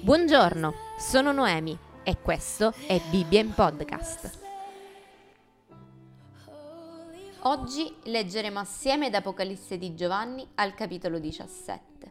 Buongiorno, sono Noemi e questo è Bibbia in Podcast. Oggi leggeremo assieme da Apocalisse di Giovanni al capitolo 17.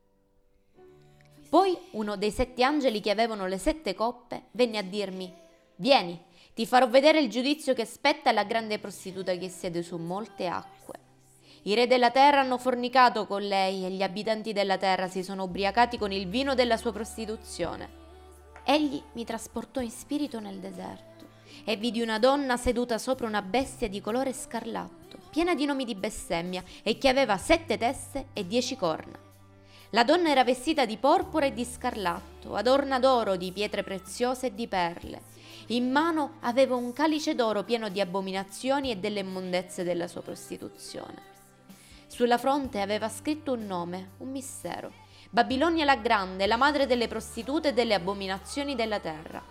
Poi uno dei 7 angeli che avevano le 7 coppe venne a dirmi: «Vieni, ti farò vedere il giudizio che spetta alla grande prostituta che siede su molte acque. I re della terra hanno fornicato con lei e gli abitanti della terra si sono ubriacati con il vino della sua prostituzione. Egli mi trasportò in spirito nel deserto e vidi una donna seduta sopra una bestia di colore scarlatto, piena di nomi di bestemmia e che aveva 7 teste e 10 corna. La donna era vestita di porpora e di scarlatto, adorna d'oro, di pietre preziose e di perle. In mano aveva un calice d'oro pieno di abominazioni e delle immondezze della sua prostituzione. Sulla fronte aveva scritto un nome, un mistero: Babilonia la grande, la madre delle prostitute e delle abominazioni della terra.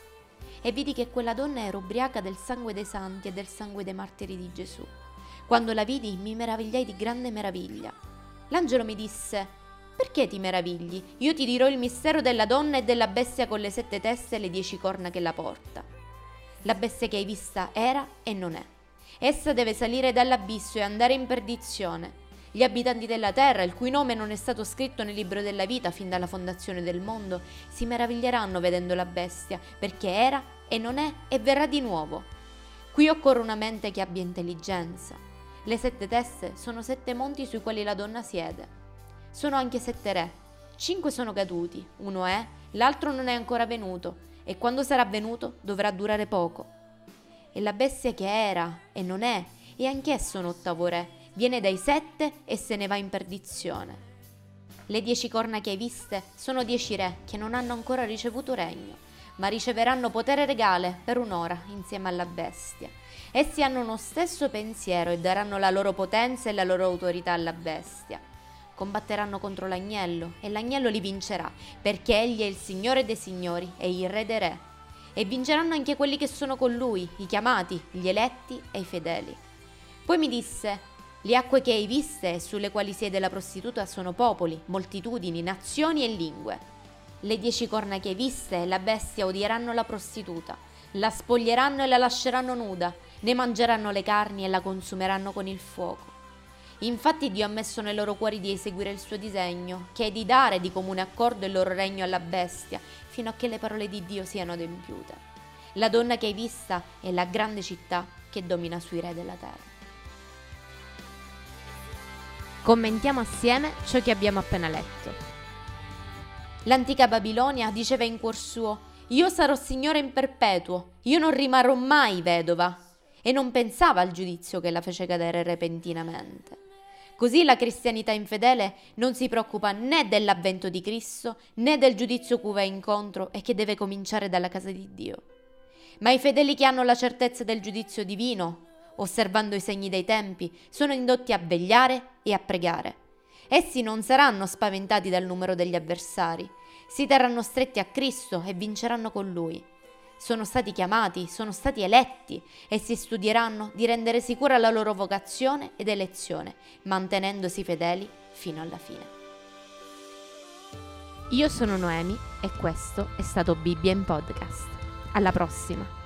E vidi che quella donna era ubriaca del sangue dei santi e del sangue dei martiri di Gesù. Quando la vidi mi meravigliai di grande meraviglia. L'angelo mi disse: «Perché ti meravigli? Io ti dirò il mistero della donna e della bestia con le 7 teste e le 10 corna che la porta. La bestia che hai vista era e non è. Essa deve salire dall'abisso e andare in perdizione. Gli abitanti della terra, il cui nome non è stato scritto nel libro della vita fin dalla fondazione del mondo, si meraviglieranno vedendo la bestia, perché era e non è e verrà di nuovo. Qui occorre una mente che abbia intelligenza. Le 7 teste sono 7 monti sui quali la donna siede. Sono anche 7 re. 5 sono caduti, uno è, l'altro non è ancora venuto, e quando sarà venuto dovrà durare poco. E la bestia che era e non è, e anch'esso un 8° re, viene dai 7 e se ne va in perdizione. Le 10 corna che hai viste sono 10 re che non hanno ancora ricevuto regno, ma riceveranno potere regale per un'ora insieme alla bestia. Essi hanno uno stesso pensiero e daranno la loro potenza e la loro autorità alla bestia. Combatteranno contro l'agnello e l'agnello li vincerà, perché egli è il Signore dei signori e il Re dei re. E vinceranno anche quelli che sono con lui, i chiamati, gli eletti e i fedeli. Poi mi disse: le acque che hai viste e sulle quali siede la prostituta sono popoli, moltitudini, nazioni e lingue. Le 10 corna che hai viste e la bestia odieranno la prostituta, la spoglieranno e la lasceranno nuda, ne mangeranno le carni e la consumeranno con il fuoco. Infatti Dio ha messo nei loro cuori di eseguire il suo disegno, che è di dare di comune accordo il loro regno alla bestia, fino a che le parole di Dio siano adempiute. La donna che hai vista è la grande città che domina sui re della terra». Commentiamo assieme ciò che abbiamo appena letto. L'antica Babilonia diceva in cuor suo: «Io sarò signora in perpetuo, io non rimarrò mai vedova», e non pensava al giudizio che la fece cadere repentinamente. Così la cristianità infedele non si preoccupa né dell'avvento di Cristo né del giudizio cui va incontro e che deve cominciare dalla casa di Dio. Ma i fedeli che hanno la certezza del giudizio divino, osservando i segni dei tempi, sono indotti a vegliare e a pregare. Essi non saranno spaventati dal numero degli avversari, si terranno stretti a Cristo e vinceranno con Lui. Sono stati chiamati, sono stati eletti e si studieranno di rendere sicura la loro vocazione ed elezione, mantenendosi fedeli fino alla fine. Io sono Noemi e questo è stato Bibbia in Podcast. Alla prossima!